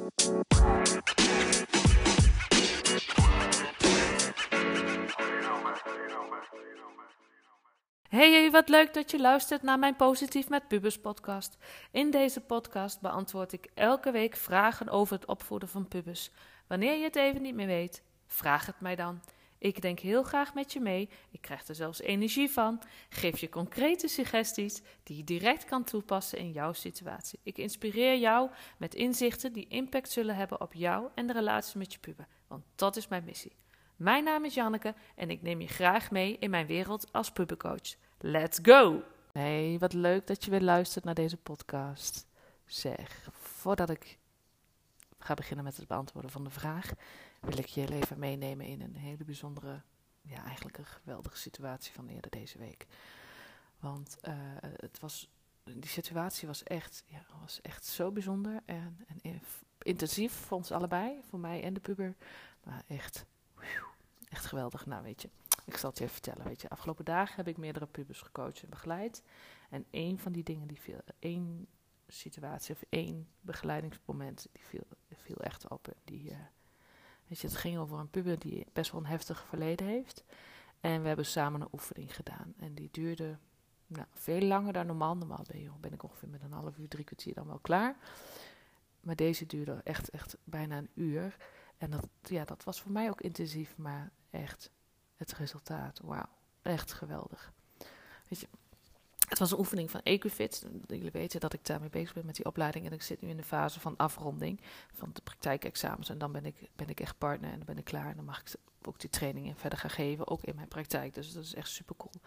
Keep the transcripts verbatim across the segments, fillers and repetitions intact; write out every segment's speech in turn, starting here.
Hey, wat leuk dat je luistert naar mijn Positief met Pubers podcast. In deze podcast beantwoord ik elke week vragen over het opvoeden van pubers. Wanneer je het even niet meer weet, vraag het mij dan. Ik denk heel graag met je mee, ik krijg er zelfs energie van. Geef je concrete suggesties die je direct kan toepassen in jouw situatie. Ik inspireer jou met inzichten die impact zullen hebben op jou en de relatie met je puber. Want dat is mijn missie. Mijn naam is Janneke en ik neem je graag mee in mijn wereld als pubercoach. Let's go! Hey, wat leuk dat je weer luistert naar deze podcast. Zeg, voordat ik ga beginnen met het beantwoorden van de vraag, wil ik je heel even meenemen in een hele bijzondere, ja eigenlijk een geweldige situatie van eerder deze week. Want uh, het was, die situatie was echt, ja, was echt zo bijzonder en, en intensief voor ons allebei, voor mij en de puber. Maar echt, echt geweldig. Nou weet je, ik zal het je even vertellen. Weet je, afgelopen dagen heb ik meerdere pubers gecoacht en begeleid. En één van die dingen, die viel, één situatie of één begeleidingsmoment, die viel, viel echt op. Die, uh, weet je, het ging over een puber die best wel een heftig verleden heeft. En we hebben samen een oefening gedaan. En die duurde nou, veel langer dan normaal. Normaal ben, je, ben ik ongeveer met een half uur, drie kwartier dan wel klaar. Maar deze duurde echt, echt bijna een uur. En dat, ja, dat was voor mij ook intensief, maar echt het resultaat, wauw, echt geweldig. Weet je, het was een oefening van Equifit. Jullie weten dat ik daarmee bezig ben met die opleiding. En ik zit nu in de fase van afronding van de praktijkexamens. En dan ben ik, ben ik echt partner en dan ben ik klaar. En dan mag ik ook die trainingen verder gaan geven, ook in mijn praktijk. Dus dat is echt super cool.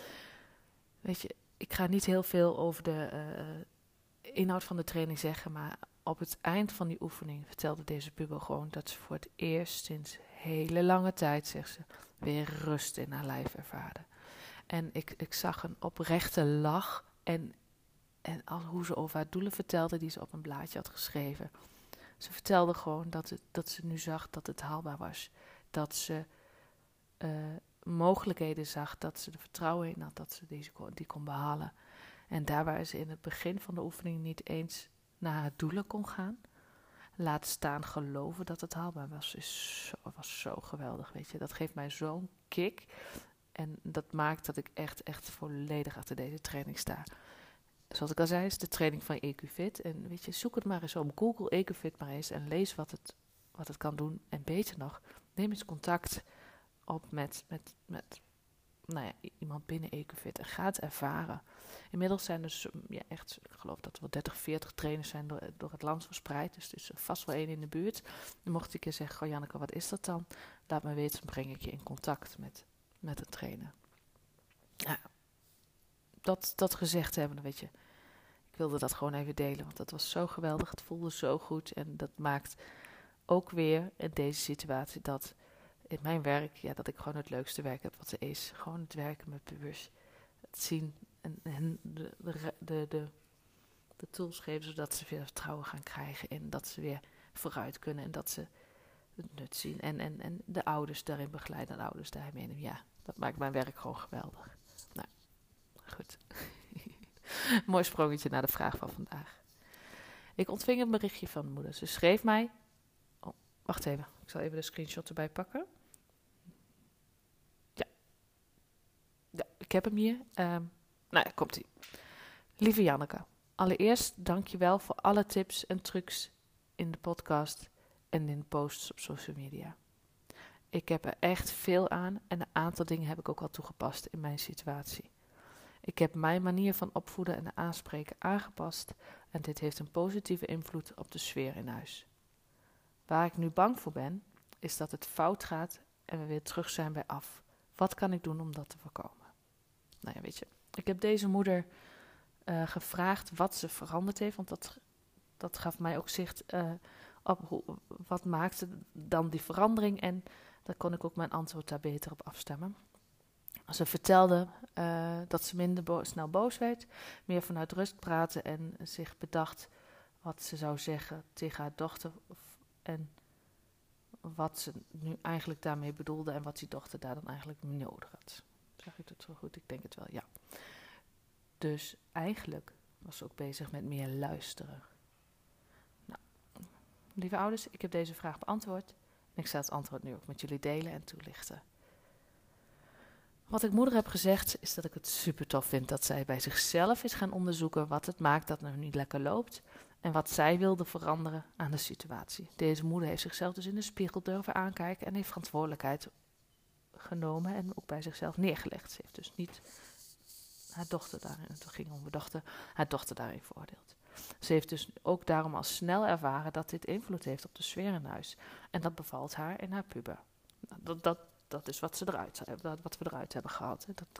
Weet je, ik ga niet heel veel over de uh, inhoud van de training zeggen, maar op het eind van die oefening vertelde deze puber gewoon dat ze voor het eerst sinds hele lange tijd, zegt ze, weer rust in haar lijf ervaarde. En ik, ik zag een oprechte lach en, en al hoe ze over haar doelen vertelde die ze op een blaadje had geschreven. Ze vertelde gewoon dat, het, dat ze nu zag dat het haalbaar was. Dat ze uh, mogelijkheden zag, dat ze er vertrouwen in had dat ze die, die kon behalen. En daar waar ze in het begin van de oefening niet eens naar haar doelen kon gaan, laat staan geloven dat het haalbaar was, is zo, was zo geweldig, weet je. Dat geeft mij zo'n kick. En dat maakt dat ik echt, echt volledig achter deze training sta. Zoals ik al zei, is de training van Equifit. En weet je, zoek het maar eens op Google Equifit maar eens en lees wat het, wat het kan doen. En beter nog, neem eens contact op met, met, met nou ja, iemand binnen Equifit en ga het ervaren. Inmiddels zijn er ja, echt, ik geloof dat er wel dertig, veertig trainers zijn door, door het land verspreid. Dus er is vast wel één in de buurt. Dan mocht ik je zeggen, goh Janneke, wat is dat dan? Laat me weten, dan breng ik je in contact met, met een trainer. Ja, dat, dat gezegd hebben, weet je. Ik wilde dat gewoon even delen, want dat was zo geweldig. Het voelde zo goed en dat maakt ook weer in deze situatie dat in mijn werk, ja, dat ik gewoon het leukste werk heb wat er is. Gewoon het werken met pubers. Het zien en, en de, de, de, de, de tools geven, zodat ze weer vertrouwen gaan krijgen. En dat ze weer vooruit kunnen en dat ze het nut zien. En, en, en de ouders daarin begeleiden, de ouders daarin meenemen. Ja, dat maakt mijn werk gewoon geweldig. Nou, goed. Mooi sprongetje naar de vraag van vandaag. Ik ontving een berichtje van moeder. Ze schreef mij. Oh, wacht even. Ik zal even de screenshot erbij pakken. Ja. Ja, ik heb hem hier. Um, nou ja, komt-ie. Lieve Janneke. Allereerst dank je wel voor alle tips en trucs in de podcast en in de posts op social media. Ik heb er echt veel aan en een aantal dingen heb ik ook al toegepast in mijn situatie. Ik heb mijn manier van opvoeden en aanspreken aangepast en dit heeft een positieve invloed op de sfeer in huis. Waar ik nu bang voor ben, is dat het fout gaat en we weer terug zijn bij af. Wat kan ik doen om dat te voorkomen? Nou ja, weet je, ik heb deze moeder uh, gevraagd wat ze veranderd heeft, want dat, dat gaf mij ook zicht uh, op hoe, wat maakte dan die verandering en daar kon ik ook mijn antwoord daar beter op afstemmen. Ze vertelde uh, dat ze minder bo- snel boos werd, meer vanuit rust praatte en zich bedacht wat ze zou zeggen tegen haar dochter en wat ze nu eigenlijk daarmee bedoelde en wat die dochter daar dan eigenlijk nodig had. Zeg ik dat zo goed? Ik denk het wel, ja. Dus eigenlijk was ze ook bezig met meer luisteren. Nou, lieve ouders, ik heb deze vraag beantwoord. En ik zal het antwoord nu ook met jullie delen en toelichten. Wat ik moeder heb gezegd, is dat ik het super tof vind dat zij bij zichzelf is gaan onderzoeken wat het maakt dat het nou niet lekker loopt. En wat zij wilde veranderen aan de situatie. Deze moeder heeft zichzelf dus in de spiegel durven aankijken en heeft verantwoordelijkheid genomen en ook bij zichzelf neergelegd. Ze heeft dus niet haar dochter daarin, het ging om de dochter, haar dochter daarin veroordeeld. Ze heeft dus ook daarom al snel ervaren dat dit invloed heeft op de sfeer in huis. En dat bevalt haar in haar puber. Dat, dat, dat is wat, ze eruit, wat we eruit hebben gehaald. Dat,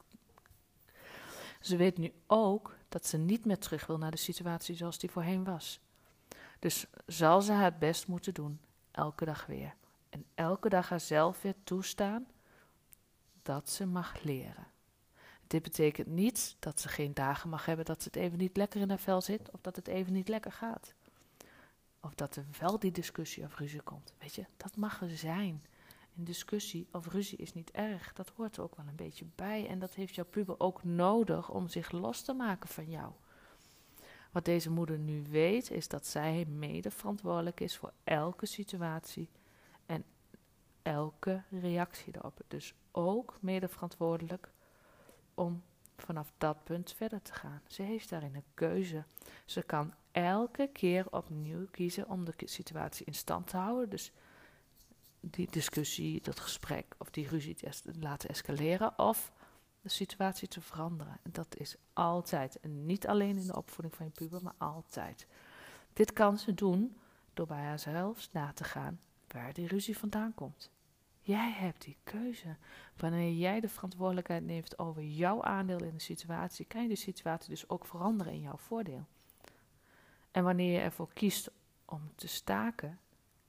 ze weet nu ook dat ze niet meer terug wil naar de situatie zoals die voorheen was. Dus zal ze haar best moeten doen, elke dag weer. En elke dag haarzelf weer toestaan dat ze mag leren. Dit betekent niet dat ze geen dagen mag hebben dat het even niet lekker in haar vel zit, of dat het even niet lekker gaat. Of dat er wel die discussie of ruzie komt. Weet je, dat mag er zijn. Een discussie of ruzie is niet erg, dat hoort er ook wel een beetje bij. En dat heeft jouw puber ook nodig om zich los te maken van jou. Wat deze moeder nu weet, is dat zij mede verantwoordelijk is voor elke situatie en elke reactie erop. Dus ook mede verantwoordelijk om vanaf dat punt verder te gaan. Ze heeft daarin een keuze. Ze kan elke keer opnieuw kiezen om de situatie in stand te houden. Dus die discussie, dat gesprek of die ruzie te es- laten escaleren of de situatie te veranderen. En dat is altijd. En niet alleen in de opvoeding van je puber, maar altijd. Dit kan ze doen door bij haarzelf na te gaan waar die ruzie vandaan komt. Jij hebt die keuze. Wanneer jij de verantwoordelijkheid neemt over jouw aandeel in de situatie, kan je de situatie dus ook veranderen in jouw voordeel. En wanneer je ervoor kiest om te staken,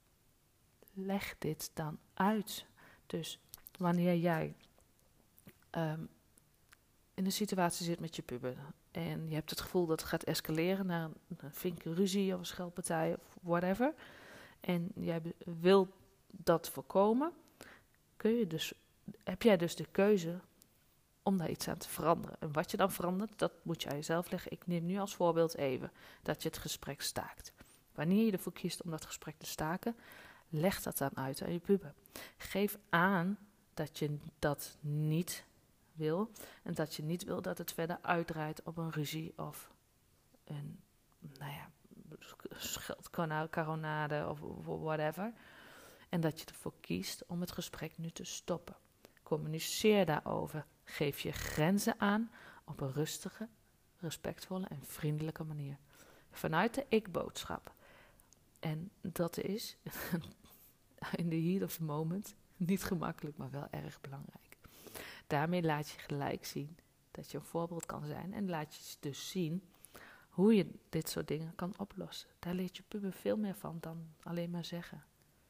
leg dit dan uit. Dus wanneer jij um, in een situatie zit met je puber en je hebt het gevoel dat het gaat escaleren naar een, een flinke ruzie of een scheldpartij of whatever, en jij wilt dat voorkomen, kun je dus, heb jij dus de keuze om daar iets aan te veranderen. En wat je dan verandert, dat moet je aan jezelf leggen. Ik neem nu als voorbeeld even dat je het gesprek staakt. Wanneer je ervoor kiest om dat gesprek te staken, leg dat dan uit aan je puber. Geef aan dat je dat niet wil en dat je niet wil dat het verder uitdraait op een ruzie of een, nou ja, scheldkanonade of whatever. En dat je ervoor kiest om het gesprek nu te stoppen. Communiceer daarover. Geef je grenzen aan op een rustige, respectvolle en vriendelijke manier. Vanuit de ik-boodschap. En dat is in the heat of the moment niet gemakkelijk, maar wel erg belangrijk. Daarmee laat je gelijk zien dat je een voorbeeld kan zijn en laat je dus zien hoe je dit soort dingen kan oplossen. Daar leert je puber veel meer van dan alleen maar zeggen.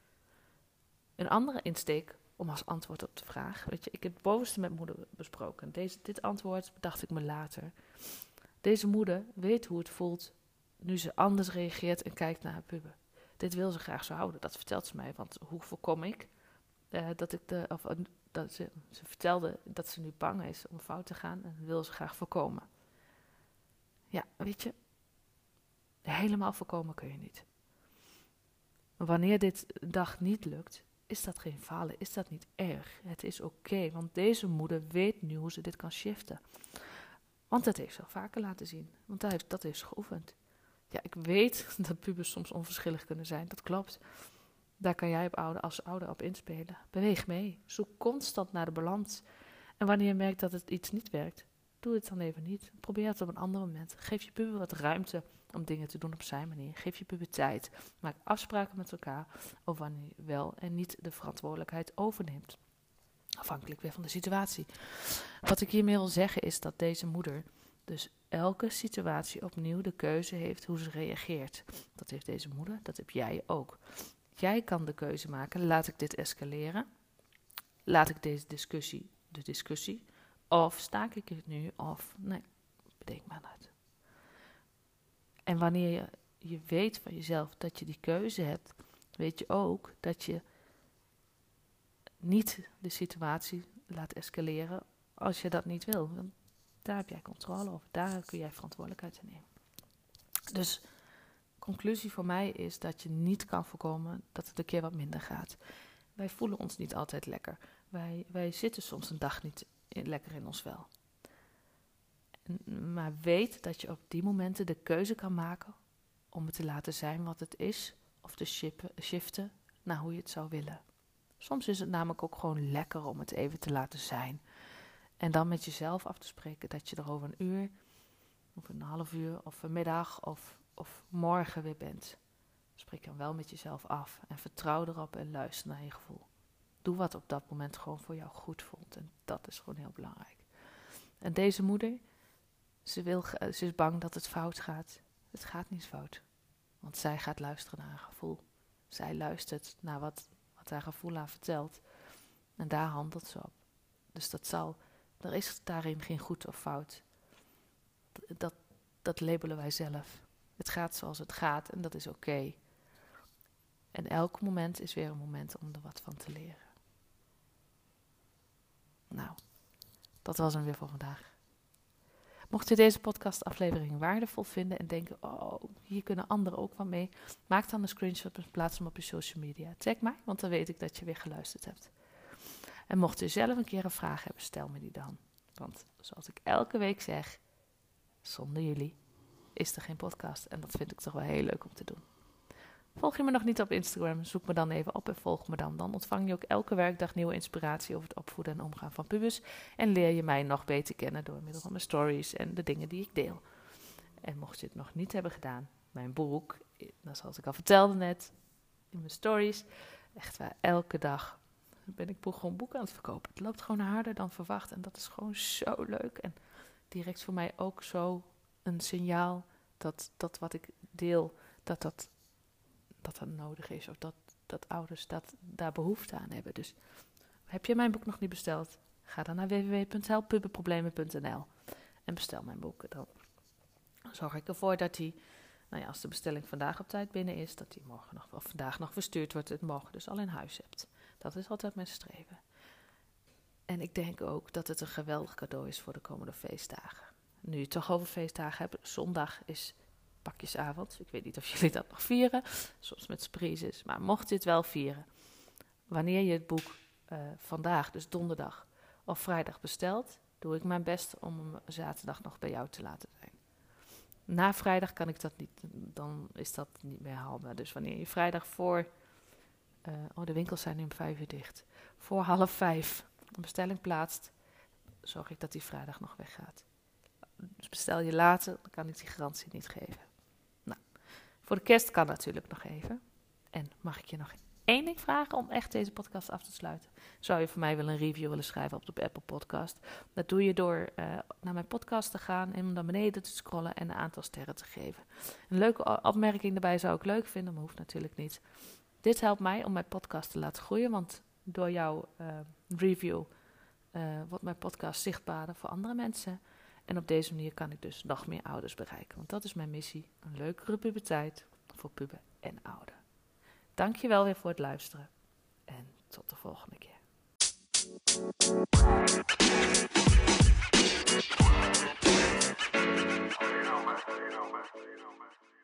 Een andere insteek om als antwoord op de vraag, weet je, ik heb het bovenste met moeder besproken. Deze, dit antwoord bedacht ik me later. Deze moeder weet hoe het voelt nu ze anders reageert en kijkt naar haar puber. Dit wil ze graag zo houden, dat vertelt ze mij. Want hoe voorkom ik uh, dat ik de, of uh, dat ze, ze vertelde dat ze nu bang is om fout te gaan en dat wil ze graag voorkomen. Ja, weet je, helemaal voorkomen kun je niet. Maar wanneer dit dag niet lukt, is dat geen falen, is dat niet erg. Het is oké, okay, want deze moeder weet nu hoe ze dit kan shiften. Want dat heeft ze al vaker laten zien, want dat heeft, dat heeft ze geoefend. Ja, ik weet dat pubers soms onverschillig kunnen zijn, dat klopt. Daar kan jij op ouder, als ouder op inspelen. Beweeg mee, zoek constant naar de balans. En wanneer je merkt dat het iets niet werkt, doe het dan even niet. Probeer het op een ander moment. Geef je puber wat ruimte om dingen te doen op zijn manier. Geef je puber tijd. Maak afspraken met elkaar over wanneer je wel en niet de verantwoordelijkheid overneemt. Afhankelijk weer van de situatie. Wat ik hiermee wil zeggen is dat deze moeder dus elke situatie opnieuw de keuze heeft hoe ze reageert. Dat heeft deze moeder, dat heb jij ook. Jij kan de keuze maken, laat ik dit escaleren? Laat ik deze discussie de discussie? Of staak ik het nu? Of nee, bedenk maar uit. En wanneer je, je weet van jezelf dat je die keuze hebt, weet je ook dat je niet de situatie laat escaleren als je dat niet wil. Want daar heb jij controle over. Daar kun jij verantwoordelijkheid in nemen. Dus conclusie voor mij is dat je niet kan voorkomen dat het een keer wat minder gaat. Wij voelen ons niet altijd lekker. Wij, wij zitten soms een dag niet in, lekker in ons vel. En, maar weet dat je op die momenten de keuze kan maken om het te laten zijn wat het is, of te shippen, shiften naar hoe je het zou willen. Soms is het namelijk ook gewoon lekker om het even te laten zijn. En dan met jezelf af te spreken dat je er over een uur, of een half uur, of een middag, of, of morgen weer bent. Spreek dan wel met jezelf af en vertrouw erop en luister naar je gevoel. Doe wat op dat moment gewoon voor jou goed voelt. En dat is gewoon heel belangrijk. En deze moeder, ze, wil, ze is bang dat het fout gaat. Het gaat niet fout. Want zij gaat luisteren naar haar gevoel. Zij luistert naar wat, wat haar gevoel haar vertelt. En daar handelt ze op. Dus dat zal, er is daarin geen goed of fout. Dat, dat labelen wij zelf. Het gaat zoals het gaat en dat is oké. Okay. En elk moment is weer een moment om er wat van te leren. Nou, dat was hem weer voor vandaag. Mocht je deze podcastaflevering waardevol vinden en denken, oh, hier kunnen anderen ook wat mee, maak dan een screenshot en plaats hem op je social media. Tag mij, want dan weet ik dat je weer geluisterd hebt. En mocht je zelf een keer een vraag hebben, stel me die dan. Want zoals ik elke week zeg, zonder jullie is er geen podcast. En dat vind ik toch wel heel leuk om te doen. Volg je me nog niet op Instagram, zoek me dan even op en volg me dan. Dan ontvang je ook elke werkdag nieuwe inspiratie over het opvoeden en omgaan van pubers. En leer je mij nog beter kennen door middel van mijn stories en de dingen die ik deel. En mocht je het nog niet hebben gedaan, mijn boek, zoals ik al vertelde net in mijn stories, echt waar, elke dag ben ik gewoon boeken aan het verkopen. Het loopt gewoon harder dan verwacht en dat is gewoon zo leuk. En direct voor mij ook zo een signaal dat, dat wat ik deel, dat dat, dat dat nodig is. Of dat, dat ouders dat, daar behoefte aan hebben. Dus heb je mijn boek nog niet besteld? Ga dan naar w w w punt help puberproblemen punt n l en bestel mijn boek. Dan zorg ik ervoor dat die, nou ja, als de bestelling vandaag op tijd binnen is, dat die morgen nog, of vandaag nog verstuurd wordt, het morgen dus al in huis hebt. Dat is altijd mijn streven. En ik denk ook dat het een geweldig cadeau is voor de komende feestdagen. Nu je het toch over feestdagen hebt, zondag is pakjesavond. Ik weet niet of jullie dat nog vieren, soms met surprises. Maar mocht je het wel vieren, wanneer je het boek uh, vandaag, dus donderdag of vrijdag bestelt, doe ik mijn best om hem zaterdag nog bij jou te laten zijn. Na vrijdag kan ik dat niet, dan is dat niet meer haalbaar. Dus wanneer je vrijdag voor, uh, oh de winkels zijn nu om vijf uur dicht, voor half vijf een bestelling plaatst, zorg ik dat die vrijdag nog weggaat. Dus bestel je later, dan kan ik die garantie niet geven. Nou, voor de kerst kan natuurlijk nog even. En mag ik je nog één ding vragen om echt deze podcast af te sluiten? Zou je voor mij wel een review willen schrijven op de Apple Podcast? Dat doe je door uh, naar mijn podcast te gaan en naar beneden te scrollen en een aantal sterren te geven. Een leuke opmerking daarbij zou ik leuk vinden, maar hoeft natuurlijk niet. Dit helpt mij om mijn podcast te laten groeien, want door jouw uh, review uh, wordt mijn podcast zichtbaarder voor andere mensen. En op deze manier kan ik dus nog meer ouders bereiken. Want dat is mijn missie. Een leukere puberteit voor puber en ouder. Dank je wel weer voor het luisteren. En tot de volgende keer.